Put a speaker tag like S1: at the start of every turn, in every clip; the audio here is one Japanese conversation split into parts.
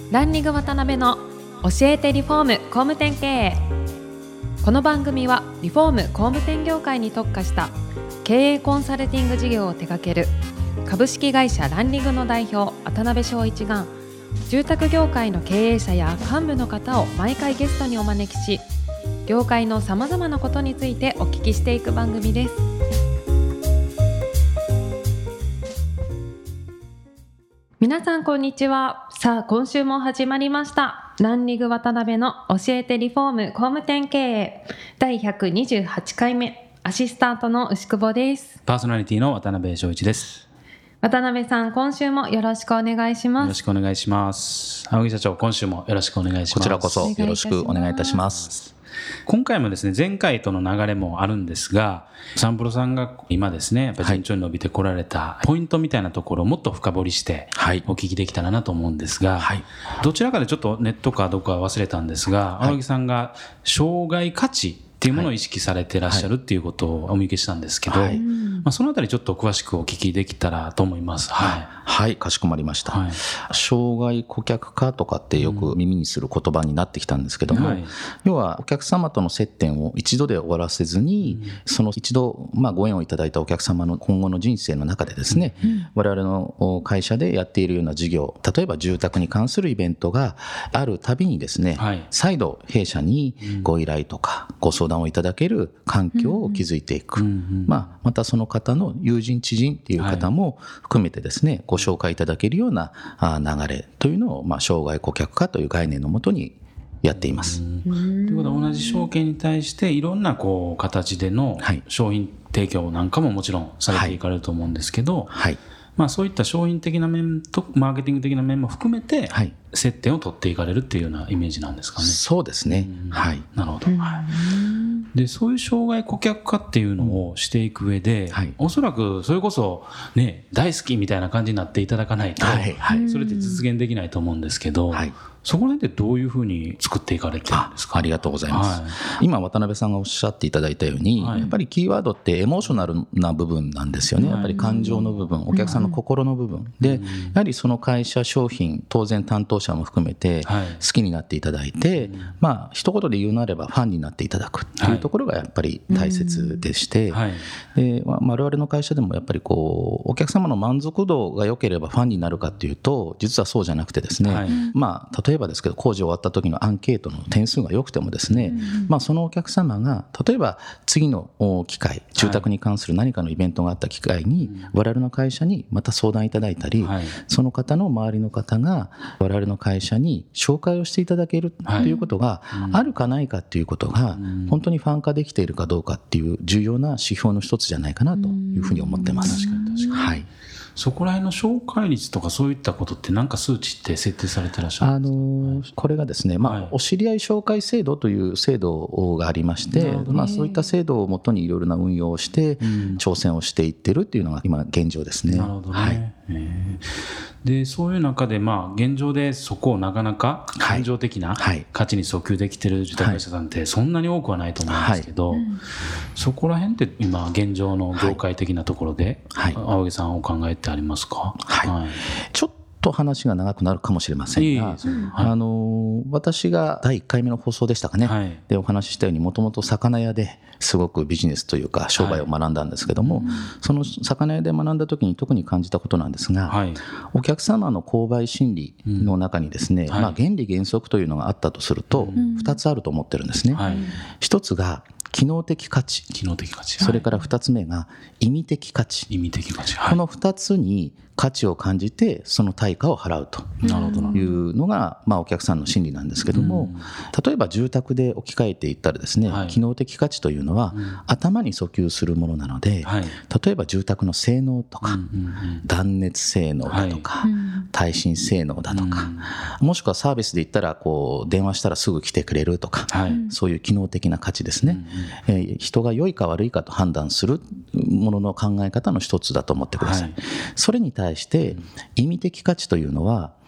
S1: ランニング渡辺の教えてリフォーム工務店経営。この番組はリフォーム工務店業界に特化した経営コンサルティング事業を手掛ける株式会社ランリングの代表渡辺翔一が、住宅業界の経営者や幹部の方を毎回ゲストにお招きし、業界のさまざまなことについてお聞きしていく番組です。皆さんこんにちは。さあ今週も始まりましたランリング渡辺の教えてリフォーム工務店経営第128回目、アシスタントの牛久保です。
S2: パーソナリティの渡辺翔一です。
S1: 渡辺さん、今週もよろしくお願いします。
S2: よろしくお願いします。青木社長、今週もよろしくお願いします。
S3: こちらこそよろしくお願いいたします。
S2: 今回もですね、前回との流れもあるんですが、サンプロさんが今ですね、やっぱり順調に伸びてこられたポイントみたいなところをもっと深掘りしてお聞きできたらなと思うんですが、どちらかでちょっとネットかどうかは忘れたんですが、青木さんが障害価値っていうものを意識されてらっしゃるっていうことをお見受けしたんですけど、そのあたりちょっと詳しくお聞きできたらと思います。
S3: はい、かしこまりました。障害顧客化とかってよく耳にする言葉になってきたんですけども、要はお客様との接点を一度で終わらせずに、その一度ご縁をいただいたお客様の今後の人生の中でですね、我々の会社でやっているような事業、例えば住宅に関するイベントがあるたびにですね、再度弊社にご依頼とかご相談をいただける環境を築いていく、またその方の友人知人っていう方も含めてですね、ご紹介いただけるような流れというのを障害顧客化という概念のもとにやっています。
S2: ということは、同じ証券に対していろんな形での商品提供なんかももちろんされていかれると思うんですけど、そういった商品的な面とマーケティング的な面も含めて接点を取っていかれるっていうようなイメージなんですかね。
S3: そうですね。
S2: なるほど。でそういう障害顧客化っていうのをしていく上で、おそらくそれこそね、大好きみたいな感じになっていただかないと、それって実現できないと思うんですけど、そこら辺ってどういうふうに作っていかれてるんですか？
S3: ありがとうございます。今渡辺さんがおっしゃっていただいたように、やっぱりキーワードってエモーショナルな部分なんですよね。やっぱり感情の部分、お客さんの心の部分で、やはりその会社商品、当然担当者も含めて好きになっていただいて、一言で言うなればファンになっていただくっていうところがやっぱり大切でして、で我々の会社でもやっぱりお客様の満足度が良ければファンになるかっていうと、実はそうじゃなくてですね、例えばですけど、工事終わった時のアンケートの点数が良くてもですね、そのお客様が例えば次の機会、住宅に関する何かのイベントがあった機会に我々の会社にまた相談いただいたり、その方の周りの方が我々の会社に紹介をしていただけるということがあるかないかっていうことが、本当にファン化できているかどうかっていう重要な指標の一つじゃないかなというふうに思ってます。
S2: 確かに。そこら辺の紹介率とかそういったことって何か数値って設定されてらっしゃるんですか？
S3: これがですね、お知り合い紹介制度という制度がありまして、そういった制度をもとにいろいろな運用をして挑戦をしていってるっていうのが今現状ですね。
S2: なるほどね。でそういう中で現状でそこをなかなか感情的な価値に訴求できてる住宅会社さんってそんなに多くはないと思うんですけど、そこら辺って今現状の業界的なところで青木さんお考えってありますか？
S3: ちょっと話が長くなるかもしれませんが、私が第1回目の放送でしたかね、でお話ししたように、もともと魚屋ですごくビジネスというか商売を学んだんですけども、その魚屋で学んだ時に特に感じたことなんですが、お客様の購買心理の中にですね、原理原則というのがあったとすると2つあると思ってるんですね。一つが機能的価値、それから2つ目が意味的価値、この2つに価値を感じてその対価を払うというのがお客さんの心理なんですけども、例えば住宅で置き換えていったらですね、機能的価値というのは頭に訴求するものなので、例えば住宅の性能とか断熱性能だとか耐震性能だとか、もしくはサービスで言ったら電話したらすぐ来てくれるとか、そういう機能的な価値ですね。人が良いか悪いかと判断するものの考え方の一つだと思ってください。それに対して意味的価値というのは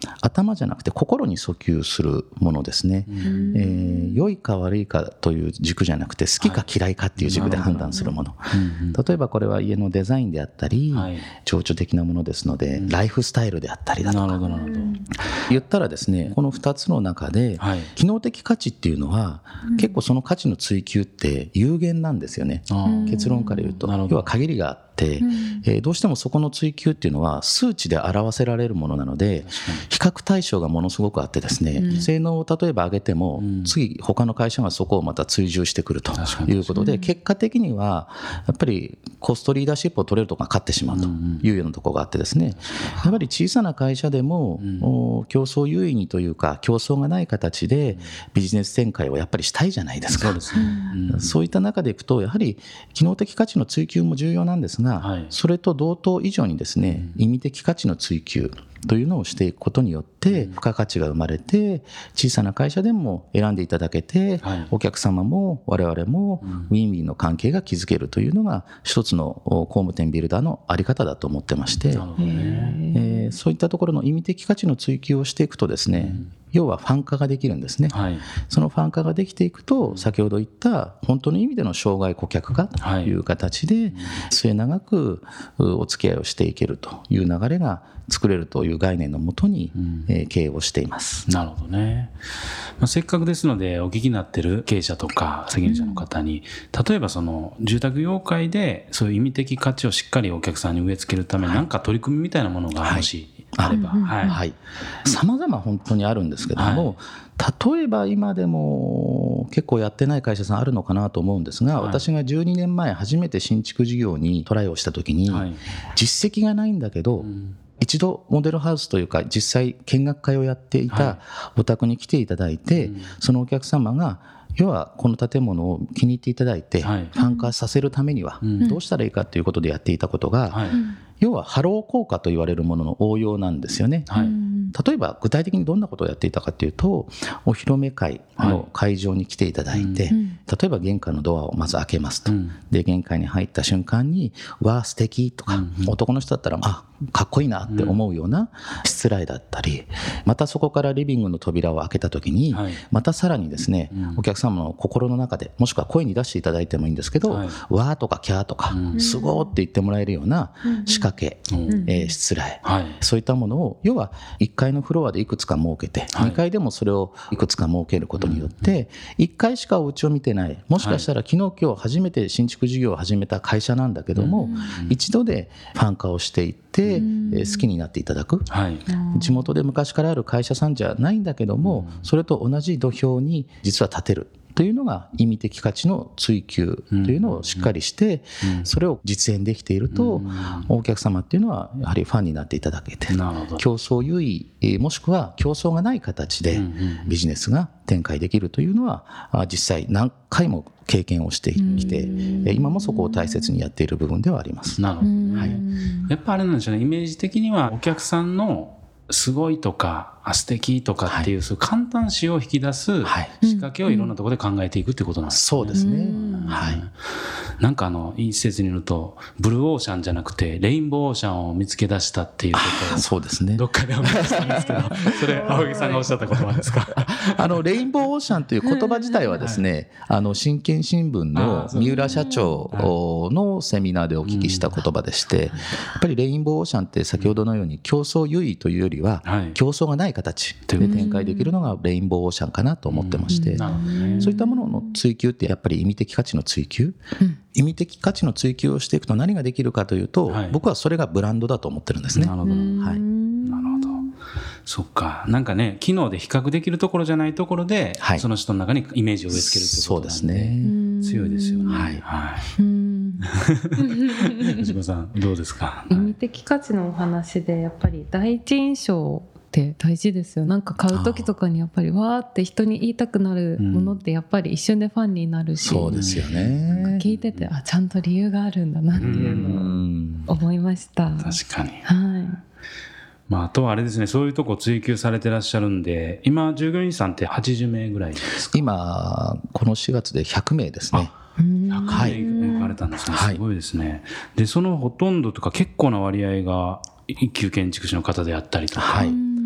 S3: 頭じゃなくて心に訴求するものですね。良いか悪いかという軸じゃなくて好きか嫌いかっていう軸で判断するもの、例えばこれは家のデザインであったり、情緒的なものですので、ライフスタイルであったりだとか、言ったらですね、この2つの中で、機能的価値っていうのは、結構その価値の追求って有限なんですよね。結論から言うと、要は限りがあって、どうしてもそこの追求っていうのは数値で表せられるものなので、比較対象がものすごくあってですね、性能を例えば上げても、次他の会社がそこをまた追従してくるということで、結果的にはやっぱりコストリーダーシップを取れるところが勝ってしまうというようなところがあってですね、やっぱり小さな会社でも競争優位にというか、競争がない形でビジネス展開をやっぱりしたいじゃないですか。そういった中でいくと、やはり機能的価値の追求も重要なんですが、それと同等以上にですね、意味的価値の追求というのをしていくことによって付加価値が生まれて、小さな会社でも選んでいただけて、お客様も我々もウィンウィンの関係が築けるというのが一つの工務店ビルダーのあり方だと思ってまして、そういったところの意味的価値の追求をしていくとですね、要はファン化ができるんですね。そのファン化ができていくと、先ほど言った本当の意味での生涯顧客化という形で末永くお付き合いをしていけるという流れが作れるという概念のもとに経営をしています。
S2: なるほどね。せっかくですのでお聞きになっている経営者とか責任者の方に、例えばその住宅業界でそういう意味的価値をしっかりお客さんに植え付けるために何か取り組みみたいなものがもしあれば。
S3: 様々本当にあるんですけども、例えば今でも結構やってない会社さんあるのかなと思うんですが、私が12年前初めて新築事業にトライをした時に、実績がないんだけど、一度モデルハウスというか実際見学会をやっていたお宅に来ていただいて、そのお客様が要はこの建物を気に入っていただいてファン化させるためにはどうしたらいいかということでやっていたことが、要はハロー効果と言われるものの応用なんですよね。例えば具体的にどんなことをやっていたかというと、お披露目会の会場に来ていただいて、例えば玄関のドアをまず開けますと、で玄関に入った瞬間にわあ素敵とか、男の人だったらかっこいいなって思うようなしつらいだったり、またそこからリビングの扉を開けた時に、またさらにですね、お客様の心の中で、もしくは声に出していただいてもいいんですけど、わーとかキャーとかすごーって言ってもらえるような仕掛け、しつらい、そういったものを、要は1階のフロアでいくつか設けて、2階でもそれをいくつか設けることによって、1階しかお家を見てない、もしかしたら昨日今日初めて新築事業を始めた会社なんだけども、一度でファン化をしていって好きになっていただく、地元で昔からある会社さんじゃないんだけども、それと同じ土俵に実は立てるというのが意味的価値の追求というのをしっかりして、それを実現できていると、お客様っていうのはやはりファンになっていただけて、競争優位、もしくは競争がない形でビジネスが展開できるというのは、実際何回も経験をしてきて、今もそこを大切にやっている部分ではあります。
S2: なるほどね。やっぱあれなんでしょうね、イメージ的にはお客さんのすごいとか素敵とかっていう、そういう簡単詞を引き出す仕掛けをいろんなところで考えていくっていうことなんですね。
S3: そうですね。
S2: なんか一説によると、ブルーオーシャンじゃなくてレインボーオーシャンを見つけ出したっていうことを、
S3: そうですね、
S2: どっかでお見かけしたんですけど、それ青木さんがおっしゃった言葉ですか？
S3: レインボーオーシャンという言葉自体はですね、新経新聞の三浦社長のセミナーでお聞きした言葉でして、やっぱりレインボーオーシャンって先ほどのように競争優位というよりは競争がない形で展開できるのがレインボーオーシャンかなと思ってまして、そういったものの追求ってやっぱり意味的価値の追求、意味的価値の追求をしていくと何ができるかというと、僕はそれがブランドだと思ってるんですね。
S2: なるほど、なるほど。そっか。なんかね、機能で比較できるところじゃないところで、その人の中にイメージを植え付けるということなんで、そうですね、強いですよね。藤子さんどうですか？
S1: 意味的価値のお話で、やっぱり第一印象って大事ですよ。なんか買う時とかにやっぱりわーって人に言いたくなるものってやっぱり一瞬でファンになるし、
S3: そうですよね。
S1: 聞いててちゃんと理由があるんだなっていうのを思いました。
S2: 確かに。あとはあれですね、そういうとこ追求されてらっしゃるんで、今従業員さんって80名ぐらいですか？
S3: 今この4月で100名ですね。
S2: 100名行かれたんですね。すごいですね。でそのほとんどとか結構な割合が一級建築士の方であったりとか、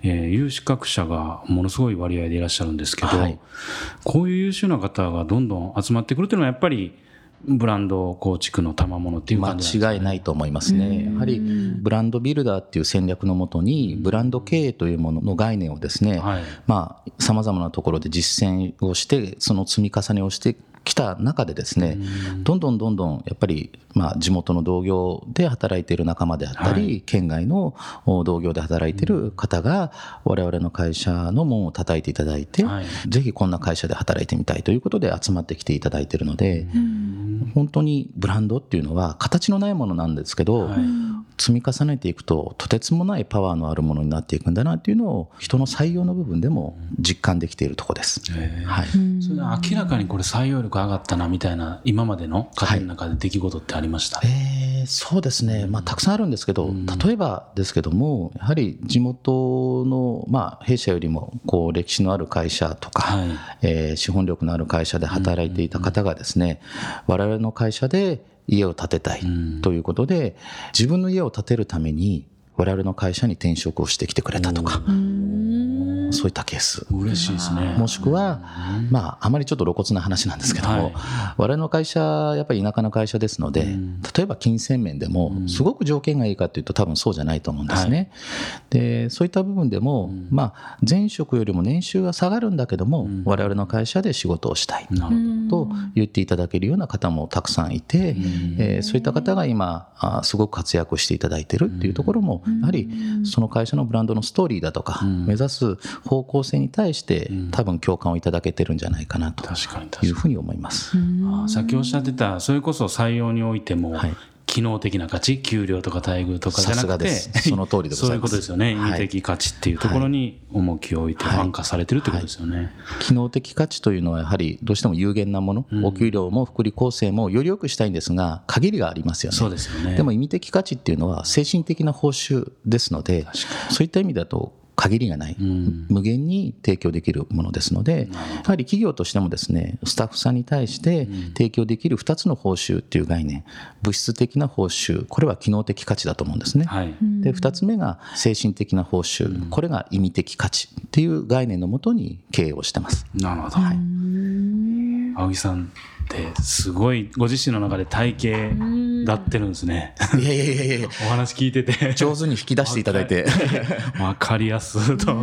S2: 有資格者がものすごい割合でいらっしゃるんですけど、こういう優秀な方がどんどん集まってくるというのはやっぱりブランド構築の賜物っていう感じなんですかね。
S3: 間違いないと思いますね。やはりブランドビルダーっていう戦略のもとにブランド経営というものの概念をですね、さまざまなところで実践をしてその積み重ねをしてきた中でですね、どんどんやっぱり地元の同業で働いている仲間であったり、県外の同業で働いている方が我々の会社の門を叩いていただいて、ぜひこんな会社で働いてみたいということで集まってきていただいているので、本当にブランドっていうのは形のないものなんですけど、積み重ねていくととてつもないパワーのあるものになっていくんだなっていうのを人の採用の部分でも実感できているところです。それ
S2: 明らかにこれ採用力上がったなみたいな今までの過程の中で出来事ってありました？
S3: そうですね、たくさんあるんですけど、例えばですけどもやはり地元の、弊社よりもこう歴史のある会社とか、資本力のある会社で働いていた方がですね、我々の会社で家を建てたいということで、自分の家を建てるために我々の会社に転職をしてきてくれたとか、そういったケース。
S2: 嬉しいですね。
S3: もしくは、あまりちょっと露骨な話なんですけども、我々の会社やっぱり田舎の会社ですので、例えば金銭面でもすごく条件がいいかというと多分そうじゃないと思うんですね。でそういった部分でも、前職よりも年収は下がるんだけども、我々の会社で仕事をしたいと言っていただけるような方もたくさんいて、そういった方が今すごく活躍していただいているっていうところも、やはりその会社のブランドのストーリーだとか、目指す方向性に対して多分共感をいただけてるんじゃないかなというふうに思います。
S2: さっきおっしゃってたそれこそ採用においても、機能的な価値、給料とか待遇とかじゃなくて、
S3: その通りでございます。
S2: そういうことですよね。意味的価値っていうところに重きを置いて安価されてるってことですよね。
S3: 機能的価値というのはやはりどうしても有限なもの、お給料も福利厚生もより良くしたいんですが限りがありますよね。
S2: そうですよね。
S3: でも意味的価値っていうのは精神的な報酬ですので、そういった意味だと限りがない、無限に提供できるものですので、やはり企業としてもですね、スタッフさんに対して提供できる2つの報酬っていう概念、物質的な報酬、これは機能的価値だと思うんですね。で2つ目が精神的な報酬、これが意味的価値っていう概念のもとに経営をしてます。
S2: なるほど。青木さんってすごいご自身の中で体系だってるんですね。
S3: いや
S2: お話聞いてて
S3: 上手に引き出していただいて
S2: 分かりやすと。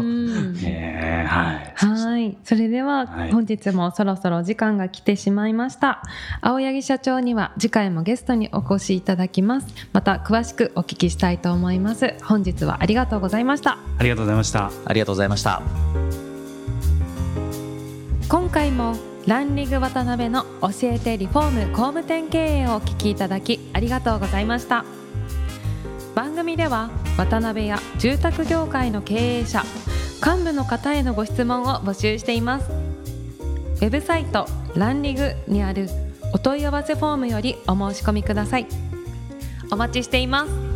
S1: それでは本日もそろそろ時間が来てしまいました。青柳社長には次回もゲストにお越しいただきます。また詳しくお聞きしたいと思います。本日はありがとうございました。
S2: ありがとうございました。
S3: ありがとうございました。
S1: 今回もランリング渡辺の教えてリフォーム工務店経営をお聞きいただきありがとうございました。番組では渡辺や住宅業界の経営者、幹部の方へのご質問を募集しています。ウェブサイトランリグにあるお問い合わせフォームよりお申し込みください。お待ちしています。